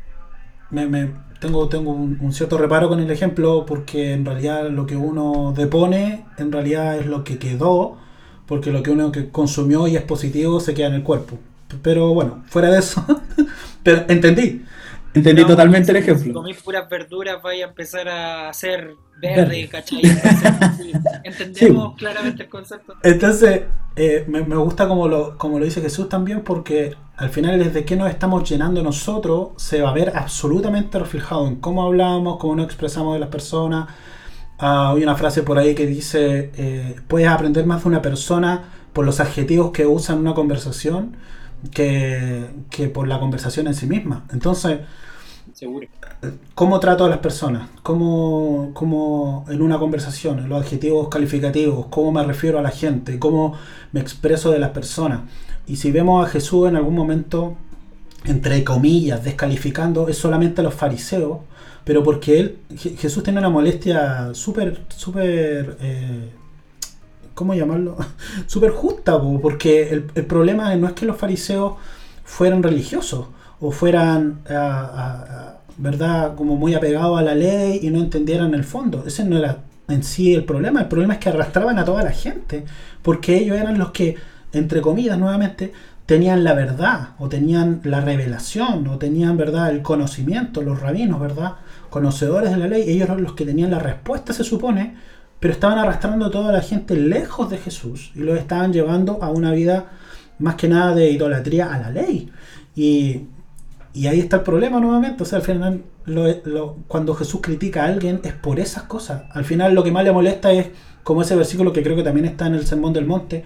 Speaker 3: tengo un cierto reparo con el ejemplo porque en realidad lo que uno depone en realidad es lo que quedó, porque lo que uno que consumió y es positivo se queda en el cuerpo. Pero bueno, fuera de eso, pero entendí
Speaker 2: No, porque
Speaker 3: totalmente el
Speaker 2: si
Speaker 3: ejemplo.
Speaker 2: comís puras verduras vaya a empezar a ser verde,
Speaker 3: Verde.
Speaker 2: ¿cachai? Entonces, sí,
Speaker 3: Sí.
Speaker 2: entendemos claramente el concepto.
Speaker 3: Entonces, me gusta como lo dice Jesús también, porque al final desde qué nos estamos llenando nosotros se va a ver absolutamente reflejado en cómo hablamos, cómo nos expresamos de las personas. Hay una frase por ahí que dice, puedes aprender más de una persona por los adjetivos que usa en una conversación que por la conversación en sí misma. Entonces,
Speaker 2: Seguro.
Speaker 3: ¿cómo trato a las personas? ¿Cómo en una conversación, en los adjetivos calificativos, cómo me refiero a la gente? ¿Cómo me expreso de las personas? Y si vemos a Jesús en algún momento, entre comillas, descalificando, es solamente a los fariseos, pero porque Jesús tiene una molestia súper, ¿cómo llamarlo? Súper justa, porque el problema no es que los fariseos fueran religiosos o fueran, ¿verdad?, como muy apegados a la ley y no entendieran el fondo. Ese no era en sí el problema. El problema es que arrastraban a toda la gente, porque ellos eran los que, entre comillas, nuevamente, tenían la verdad, o tenían la revelación, o tenían, ¿verdad?, el conocimiento, los rabinos, ¿verdad?, conocedores de la ley. Ellos eran los que tenían la respuesta, se supone, pero estaban arrastrando a toda la gente lejos de Jesús y los estaban llevando a una vida más que nada de idolatría a la ley. Y, y ahí está el problema nuevamente. O sea, al final, cuando Jesús critica a alguien es por esas cosas. Al final, lo que más le molesta es, como ese versículo que creo que también está en el Sermón del Monte,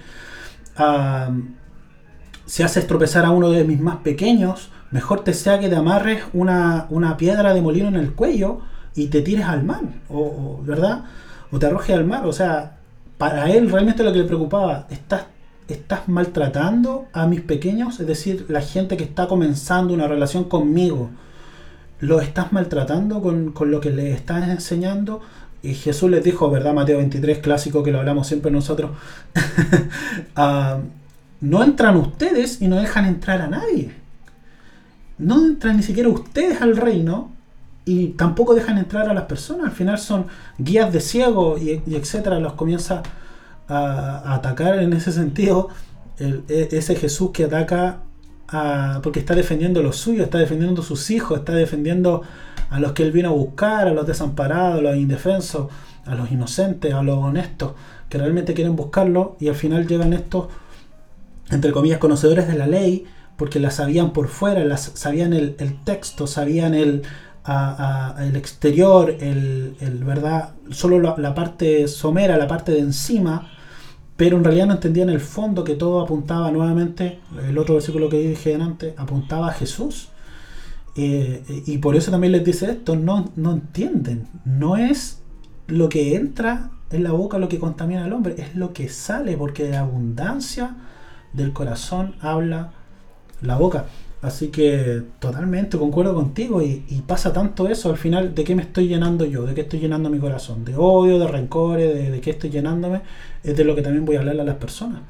Speaker 3: si haces tropezar a uno de mis más pequeños, mejor te sea que te amarres una piedra de molino en el cuello y te tires al mar, ¿verdad? O te arrojes al mar. O sea, para él realmente lo que le preocupaba, estás maltratando a mis pequeños, es decir, la gente que está comenzando una relación conmigo, lo estás maltratando con lo que le estás enseñando. Y Jesús les dijo, ¿verdad? Mateo 23, clásico que lo hablamos siempre nosotros, uh, no entran ustedes y no dejan entrar a nadie. No entran ni siquiera ustedes al reino y tampoco dejan entrar a las personas. Al final son guías de ciego y etcétera. Los comienza a atacar en ese sentido. Ese Jesús que ataca porque está defendiendo lo suyo, está defendiendo a sus hijos, está defendiendo a los que él vino a buscar, a los desamparados, a los indefensos, a los inocentes, a los honestos que realmente quieren buscarlo. Y al final llegan estos, entre comillas, conocedores de la ley, porque la sabían por fuera, sabían el texto, sabían el exterior, verdad, solo la parte somera, la parte de encima, pero en realidad no entendían el fondo, que todo apuntaba nuevamente, el otro versículo que dije antes, apuntaba a Jesús. Y por eso también les dice esto, no entienden, no es lo que entra en la boca lo que contamina al hombre, es lo que sale, porque de abundancia del corazón habla la boca. Así que totalmente concuerdo contigo y pasa tanto eso al final. ¿De qué me estoy llenando yo? ¿De qué estoy llenando mi corazón? ¿De odio, de rencores? ¿De qué estoy llenándome? Es de lo que también voy a hablarle a las personas.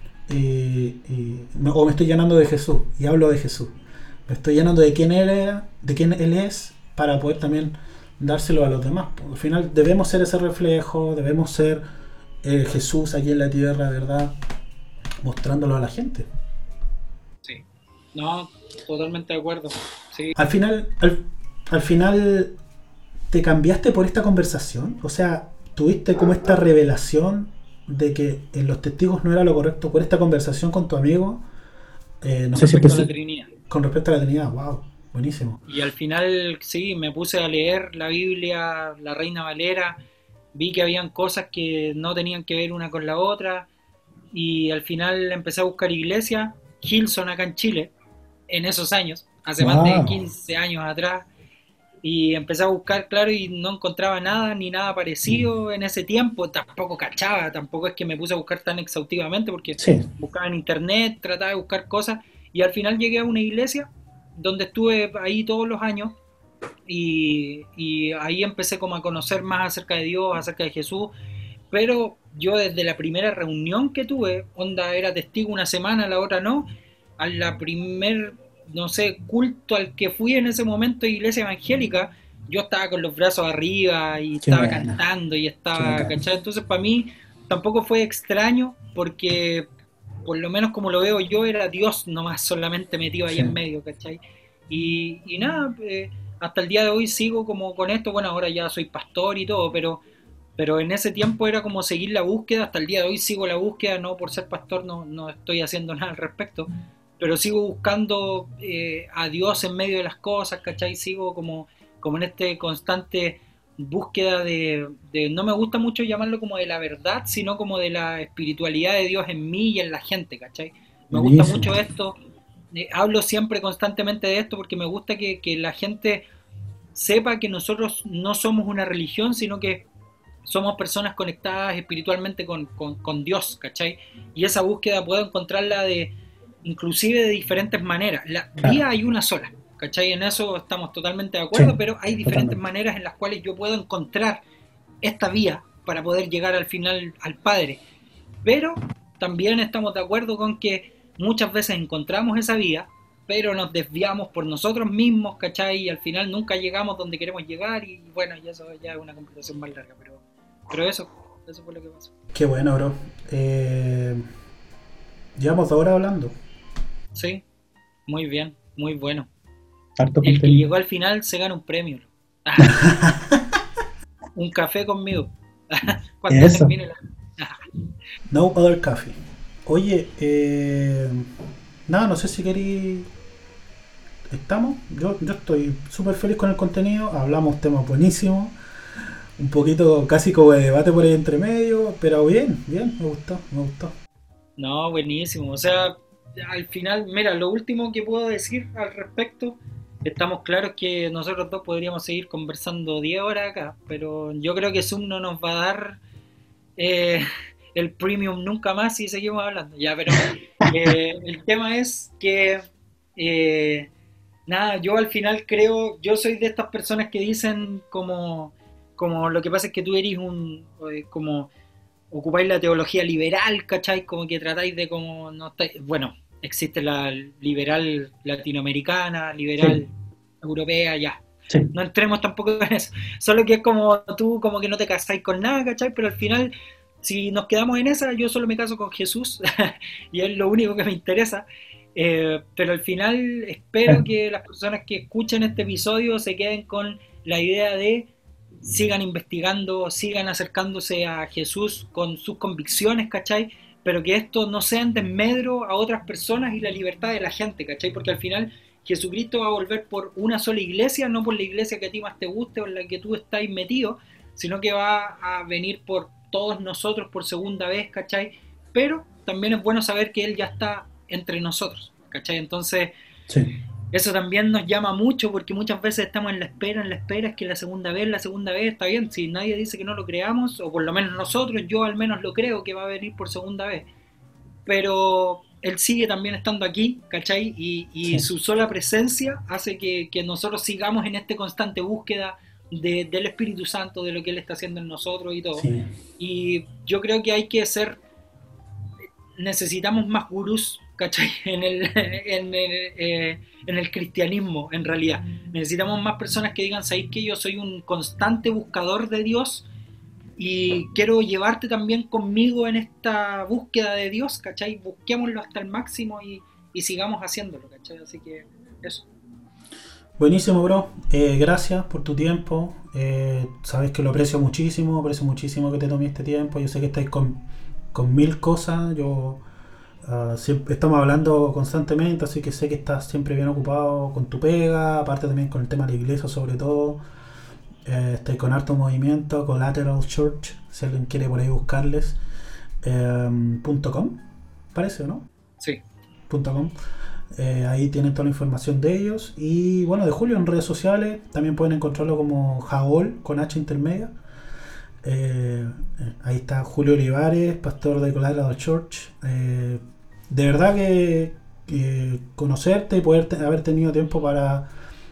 Speaker 3: O me estoy llenando de Jesús y hablo de Jesús. Me estoy llenando de quién él era, de quién él es, para poder también dárselo a los demás. Al final debemos ser ese reflejo, debemos ser Jesús aquí en la tierra, ¿verdad? Mostrándolo a la gente.
Speaker 2: Sí. No, totalmente de acuerdo. Sí.
Speaker 3: Al final te cambiaste por esta conversación. O sea, tuviste como esta revelación de que en los testigos no era lo correcto por esta conversación con tu amigo. No sé si
Speaker 2: Respecto a la Trinidad.
Speaker 3: con respecto a la Trinidad. Wow, buenísimo.
Speaker 2: Y al final, sí, me puse a leer la Biblia, la Reina Valera, vi que habían cosas que no tenían que ver una con la otra, y al final empecé a buscar iglesias, Hillsong acá en Chile, en esos años, hace más de 15 años atrás, y empecé a buscar, claro, y no encontraba nada, ni nada parecido en ese tiempo, tampoco cachaba, tampoco es que me puse a buscar tan exhaustivamente, porque buscaba en internet, trataba de buscar cosas, y al final llegué a una iglesia donde estuve ahí todos los años, y ahí empecé como a conocer más acerca de Dios, acerca de Jesús, pero yo desde la primera reunión que tuve, onda era testigo una semana, la otra no, a la primer no sé, culto al que fui en ese momento, iglesia evangélica, yo estaba con los brazos arriba y
Speaker 3: Qué
Speaker 2: estaba
Speaker 3: buena,
Speaker 2: cantando y
Speaker 3: qué
Speaker 2: estaba,
Speaker 3: bacán.
Speaker 2: ¿cachai? Entonces para mí tampoco fue extraño porque por lo menos como lo veo yo era Dios nomás solamente metido ahí
Speaker 3: Sí,
Speaker 2: en medio, ¿cachai? Y nada, hasta el día de hoy sigo como con esto, bueno, ahora ya soy pastor y todo, pero en ese tiempo era como seguir la búsqueda, hasta el día de hoy sigo la búsqueda, no por ser pastor no estoy haciendo nada al respecto, pero sigo buscando a Dios en medio de las cosas, ¿cachai? Sigo como en este constante búsqueda no me gusta mucho llamarlo como de la verdad, sino como de la espiritualidad de Dios en mí y en la gente, ¿cachai? Me gusta
Speaker 3: buenísimo.
Speaker 2: mucho esto, hablo siempre constantemente de esto porque me gusta que la gente sepa que nosotros no somos una religión, sino que somos personas conectadas espiritualmente con Dios, ¿cachai? Y esa búsqueda puedo encontrarla inclusive de diferentes maneras. La
Speaker 3: Claro,
Speaker 2: vía hay una sola, ¿cachai? En eso estamos totalmente de
Speaker 3: sí,
Speaker 2: acuerdo, pero hay diferentes
Speaker 3: totalmente.
Speaker 2: maneras en las cuales yo puedo encontrar esta vía para poder llegar al final al Padre. Pero también estamos de acuerdo con que muchas veces encontramos esa vía, pero nos desviamos por nosotros mismos, ¿cachai? Y al final nunca llegamos donde queremos llegar y bueno, ya eso ya es una conversación más larga, pero eso fue lo que pasó.
Speaker 3: Qué bueno, bro. Eh, Llevamos 2 horas hablando.
Speaker 2: Sí, muy bien, muy bueno.
Speaker 3: Harto
Speaker 2: El que
Speaker 3: contenido.
Speaker 2: llegó al final se gana un premio. Un café conmigo. Cuando
Speaker 3: Eso.
Speaker 2: termine la...
Speaker 3: No other coffee. Oye, nada, no sé si queréis. ¿Estamos? Yo estoy súper feliz con el contenido. Hablamos temas buenísimos. Un poquito casi como de debate por ahí entre medio. Pero bien, bien, me gustó, me gustó.
Speaker 2: No, buenísimo. O sea, al final, mira, lo último que puedo decir al respecto, estamos claros que nosotros dos podríamos seguir conversando 10 horas acá, pero yo creo que Zoom no nos va a dar eh, el premium nunca más si seguimos hablando. Ya, pero el tema es que, eh, nada, yo al final creo, yo soy de estas personas que dicen como lo que pasa es que tú eres como ocupáis la teología liberal, ¿cachai? Como que tratáis de como no estáis, bueno, existe la liberal latinoamericana, liberal
Speaker 3: Sí,
Speaker 2: europea, ya.
Speaker 3: sí,
Speaker 2: No entremos tampoco en eso. Solo que es como tú, como que no te casáis con nada, ¿cachai? Pero al final, si nos quedamos en esa, yo solo me caso con Jesús y es lo único que me interesa. Pero al final espero que las personas que escuchen este episodio se queden con la idea de sigan investigando, sigan acercándose a Jesús con sus convicciones, ¿cachai? Pero que esto no sea en desmedro a otras personas y la libertad de la gente, ¿cachai? Porque al final Jesucristo va a volver por una sola iglesia, no por la iglesia que a ti más te guste o en la que tú estás metido, sino que va a venir por todos nosotros por segunda vez, ¿cachai? Pero también es bueno saber que Él ya está entre nosotros, ¿cachai? Entonces,
Speaker 3: sí.
Speaker 2: eso también nos llama mucho porque muchas veces estamos en la espera, es que la segunda vez está bien, si nadie dice que no lo creamos, o por lo menos nosotros, yo al menos lo creo que va a venir por segunda vez, pero él sigue también estando aquí, ¿cachai? Y
Speaker 3: Sí,
Speaker 2: su sola presencia hace que nosotros sigamos en esta constante búsqueda del Espíritu Santo, de lo que Él está haciendo en nosotros y todo.
Speaker 3: sí,
Speaker 2: Y yo creo que hay que ser necesitamos más gurús, ¿cachai? En el cristianismo, en realidad. Necesitamos más personas que digan, ¿sabéis que yo soy un constante buscador de Dios? Y quiero llevarte también conmigo en esta búsqueda de Dios, ¿cachai? Busquémoslo hasta el máximo y sigamos haciéndolo, ¿cachai? Así que eso.
Speaker 3: buenísimo, bro. Gracias por tu tiempo. Sabes que lo aprecio muchísimo que te tomé este tiempo. Yo sé que estáis con mil cosas. Estamos hablando constantemente, así que sé que estás siempre bien ocupado con tu pega, aparte también con el tema de la iglesia sobre todo. Estoy con harto movimiento, Collateral Church, si alguien quiere por ahí buscarles. .com, parece, ¿o no?
Speaker 2: Sí,
Speaker 3: .com. Ahí tienen toda la información de ellos. Y bueno, de Julio en redes sociales también pueden encontrarlo como Jaol con H intermedia. Ahí está Julio Olivares, pastor de Collateral Church. De verdad que conocerte y poder haber tenido tiempo para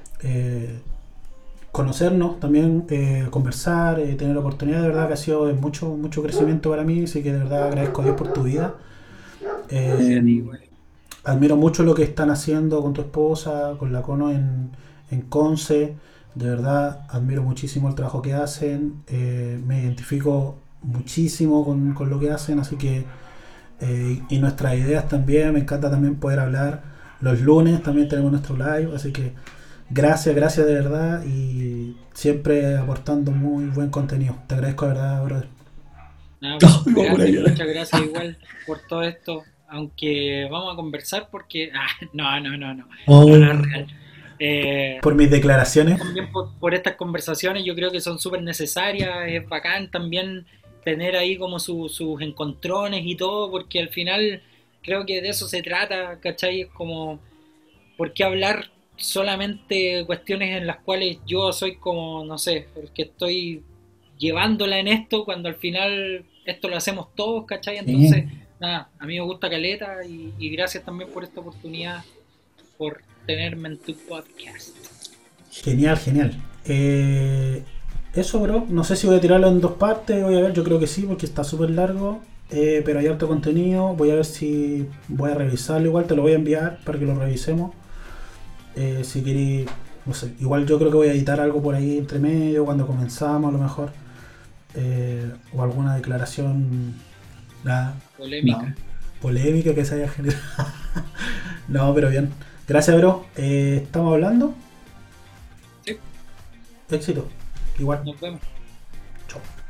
Speaker 3: conocernos, también conversar, tener la oportunidad, de verdad que ha sido de mucho, mucho crecimiento para mí, así que de verdad agradezco a Dios por tu vida.
Speaker 2: gracias a ti,
Speaker 3: Eh,
Speaker 2: güey.
Speaker 3: admiro mucho lo que están haciendo con tu esposa, con la Cono en Conce. De verdad, admiro muchísimo el trabajo que hacen. Me identifico muchísimo con lo que hacen, así que y nuestras ideas también. Me encanta también poder hablar. Los lunes también tenemos nuestro live, así que gracias de verdad y siempre aportando muy buen contenido. Te agradezco de verdad, brother.
Speaker 2: Nada, muchas gracias igual por todo esto, aunque vamos a conversar porque... no es real.
Speaker 3: Por mis declaraciones.
Speaker 2: También por estas conversaciones yo creo que son súper necesarias, es bacán también tener ahí como sus encontrones y todo, porque al final creo que de eso se trata, ¿cachai? Es como, ¿por qué hablar solamente cuestiones en las cuales yo soy como, no sé, el que estoy llevándola en esto, cuando al final esto lo hacemos todos, ¿cachai? Entonces, nada, a mí me gusta caleta y gracias también por esta oportunidad, por tenerme en tu podcast.
Speaker 3: Genial. Eso, bro. No sé si voy a tirarlo en dos partes. Voy a ver, yo creo que sí, porque está súper largo. Pero hay harto contenido. Voy a ver si voy a revisarlo. Igual te lo voy a enviar para que lo revisemos. Si queréis, no sé. Igual yo creo que voy a editar algo por ahí entre medio cuando comenzamos, a lo mejor. O alguna declaración. Polémica que se haya generado. No, pero bien. Gracias, bro. ¿Estamos hablando?
Speaker 2: Sí.
Speaker 3: Éxito. Igual.
Speaker 2: Nos vemos.
Speaker 3: Chao.